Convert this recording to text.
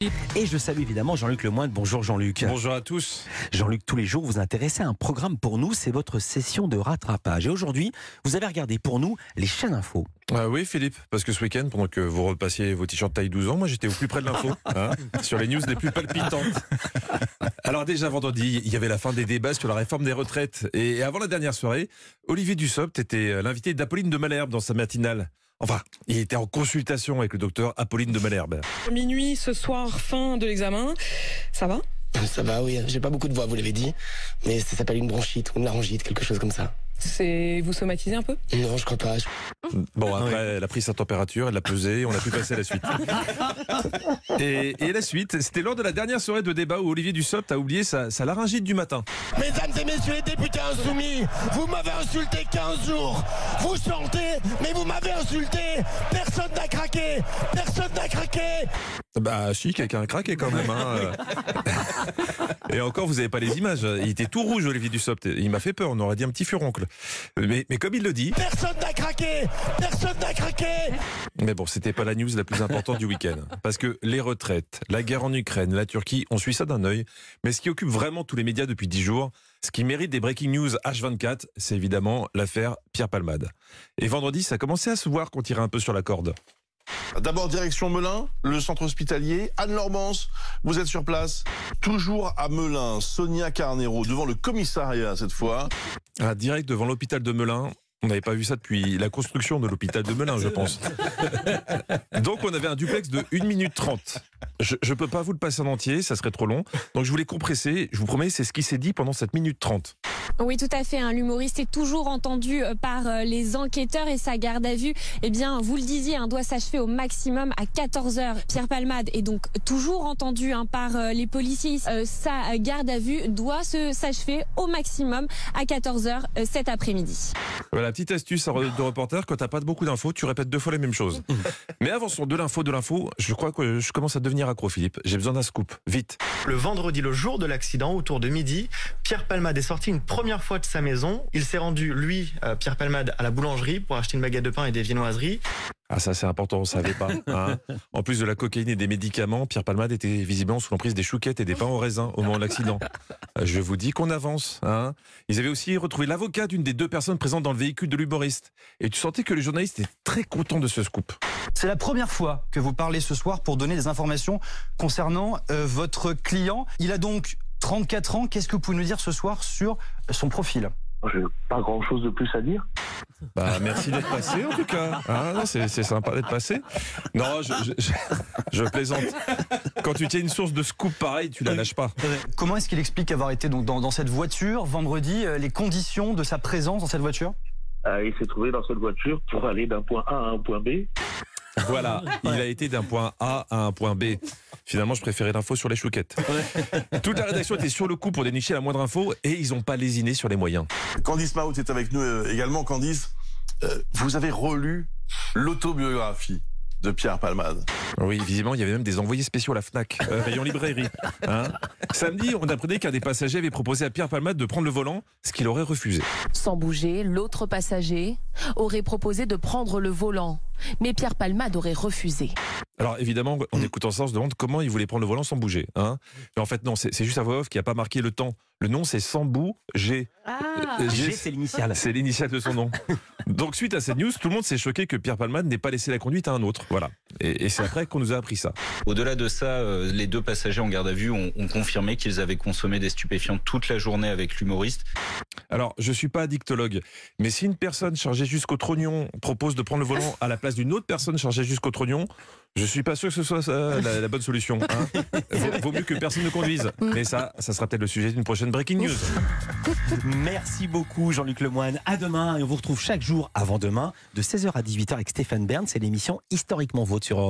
Et je salue évidemment Jean-Luc Lemoyne. Bonjour Jean-Luc. Bonjour à tous. Jean-Luc, tous les jours vous intéressez à un programme pour nous, c'est votre session de rattrapage. Et aujourd'hui, vous avez regardé pour nous les chaînes info. Oui Philippe, parce que ce week-end, pendant que vous repassiez vos t-shirts taille 12 ans, moi j'étais au plus près de l'info, sur les news les plus palpitantes. Alors déjà vendredi, il y avait la fin des débats sur la réforme des retraites. Et avant la dernière soirée, Olivier Dussopt était l'invité d'Apolline de Malherbe dans sa matinale. Enfin, il était en consultation avec le docteur Apolline de Malherbe. Minuit ce soir, fin de l'examen. Ça va ? Ça va, oui. J'ai pas beaucoup de voix, vous l'avez dit. Mais ça s'appelle une bronchite ou une laryngite, quelque chose comme ça. Vous somatisez un peu ? Non, je crois pas. Bon, après, elle a pris sa température, elle l'a pesée, on a pu passer à la suite. Et la suite, c'était lors de la dernière soirée de débat où Olivier Dussopt a oublié sa laryngite du matin. Mesdames et messieurs les députés insoumis, vous m'avez insulté 15 jours. Vous chantez, mais vous m'avez insulté. Personne n'a craqué. Personne n'a craqué. Bah si, quelqu'un a craqué quand même. Et encore, vous n'avez pas les images. Il était tout rouge, Olivier Dussopt. Il m'a fait peur, on aurait dit un petit furoncle. Mais comme il le dit... Personne n'a craqué. Personne n'a craqué. Mais bon, c'était pas la news la plus importante du week-end. Parce que les retraites, la guerre en Ukraine, la Turquie, on suit ça d'un œil. Mais ce qui occupe vraiment tous les médias depuis 10 jours, ce qui mérite des breaking news H24, c'est évidemment l'affaire Pierre Palmade. Et vendredi, ça commençait à se voir qu'on tirait un peu sur la corde. D'abord direction Melun, le centre hospitalier. Anne Lormance, vous êtes sur place. Toujours à Melun, Sonia Carnero, devant le commissariat cette fois. Direct devant l'hôpital de Melun. On n'avait pas vu ça depuis la construction de l'hôpital de Melun, je pense. Donc on avait un duplex de 1 minute 30. Je ne peux pas vous le passer en entier, ça serait trop long. Donc je voulais compresser, je vous promets, c'est ce qui s'est dit pendant cette minute 30. Oui, tout à fait. L'humoriste est toujours entendu par les enquêteurs et sa garde à vue, eh bien, vous le disiez, doit s'achever au maximum à 14h. Pierre Palmade est donc toujours entendu par les policiers. Sa garde à vue doit s'achever au maximum à 14h cet après-midi. Voilà, petite astuce de reporter, quand t'as pas beaucoup d'infos, tu répètes 2 fois la même chose. Mais avançons, de l'info, je crois que je commence à devenir accro, Philippe. J'ai besoin d'un scoop, vite. Le vendredi, le jour de l'accident, autour de midi, Pierre Palmade est sorti une première fois de sa maison. Il s'est rendu, lui, Pierre Palmade, à la boulangerie pour acheter une baguette de pain et des viennoiseries. Ah ça c'est important, on ne savait pas. En plus de la cocaïne et des médicaments, Pierre Palmade était visiblement sous l'emprise des chouquettes et des pains au raisin au moment de l'accident. Je vous dis qu'on avance. Ils avaient aussi retrouvé l'avocat d'une des 2 personnes présentes dans le véhicule de l'humoriste. Et tu sentais que les journalistes étaient très contents de ce scoop. C'est la première fois que vous parlez ce soir pour donner des informations concernant votre client. Il a donc 34 ans. Qu'est-ce que vous pouvez nous dire ce soir sur son profil ? Je n'ai pas grand-chose de plus à dire. Merci d'être passé en tout cas. C'est sympa d'être passé. Non, je plaisante. Quand tu tiens une source de scoop pareil, tu la lâches pas. Comment est-ce qu'il explique avoir été donc dans cette voiture vendredi, les conditions de sa présence dans cette voiture ? Il s'est trouvé dans cette voiture pour aller d'un point A à un point B. Voilà, il a été d'un point A à un point B. Finalement, je préférais l'info sur les chouquettes. Toute la rédaction était sur le coup pour dénicher la moindre info et ils n'ont pas lésiné sur les moyens. Candice Mahout est avec nous également. Candice, vous avez relu l'autobiographie de Pierre Palmade. Oui, visiblement, il y avait même des envoyés spéciaux à la FNAC, rayon librairie. Samedi, on apprenait qu'un des passagers avait proposé à Pierre Palmade de prendre le volant, ce qu'il aurait refusé. Sans bouger, l'autre passager aurait proposé de prendre le volant, mais Pierre Palmade aurait refusé. Alors évidemment, en écoutant ça, on se demande comment il voulait prendre le volant sans bouger. Mais en fait, non, c'est juste sa voix off qui n'a pas marqué le temps. Le nom, c'est Sambou G. G, c'est l'initiale. C'est l'initiale de son nom. Donc, suite à cette news, tout le monde s'est choqué que Pierre Palmade n'ait pas laissé la conduite à un autre. Voilà. Et c'est après qu'on nous a appris ça. Au-delà de ça, les 2 passagers en garde à vue ont confirmé qu'ils avaient consommé des stupéfiants toute la journée avec l'humoriste. Alors, je suis pas addictologue, mais si une personne chargée jusqu'au trognon propose de prendre le volant à la place d'une autre personne chargée jusqu'au trognon, je suis pas sûr que ce soit ça, la bonne solution. Vaut mieux que personne ne conduise. Mais ça sera peut-être le sujet d'une prochaine breaking news. Merci beaucoup Jean-Luc Lemoyne. À demain et on vous retrouve chaque jour avant demain de 16h à 18h avec Stéphane Bern. C'est l'émission Historiquement Vôtre sur